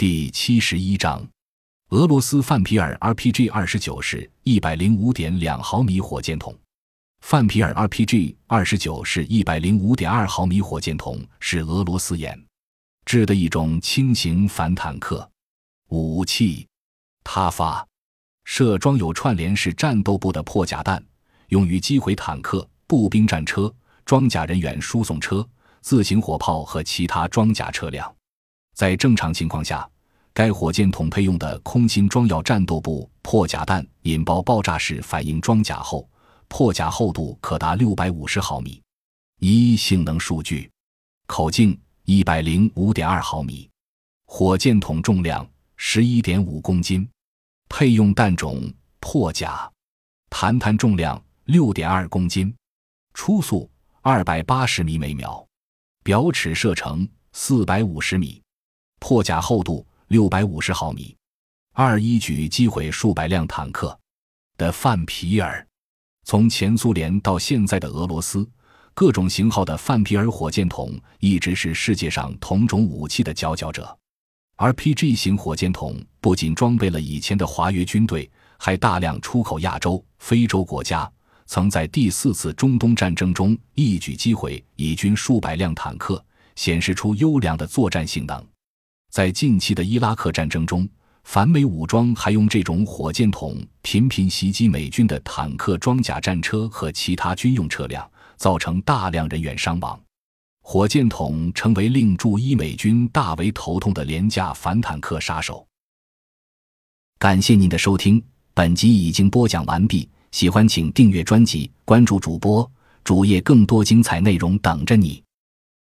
第71章，俄罗斯范皮尔 RPG-29是 105.2 毫米火箭筒。范皮尔 RPG-29是 105.2 毫米火箭筒，是俄罗斯研制的一种轻型反坦克武器。它发射装有串联式战斗部的破甲弹，用于击毁坦克、步兵战车、装甲人员输送车、自行火炮和其他装甲车辆。在正常情况下，该火箭筒配用的空心装药战斗部破甲弹引爆爆炸式反应装甲后，破甲厚度可达650毫米。性能数据：口径 105.2 毫米，火箭筒重量 11.5 公斤，配用弹种破甲，弹重量 6.2 公斤，初速280米每秒，表尺射程450米，破甲厚度650毫米。一举击毁数百辆坦克的范皮尔。从前苏联到现在的俄罗斯，各种型号的范皮尔火箭筒一直是世界上同种武器的佼佼者。RPG 型火箭筒不仅装备了以前的华约军队，还大量出口亚洲、非洲国家，曾在第4次中东战争中一举击毁以军数百辆坦克，显示出优良的作战性能。在近期的伊拉克战争中，反美武装还用这种火箭筒频频袭击美军的坦克、装甲战车和其他军用车辆，造成大量人员伤亡。火箭筒成为令驻伊美军大为头痛的廉价反坦克杀手。感谢您的收听，本集已经播讲完毕，喜欢请订阅专辑，关注主播，主页更多精彩内容等着你。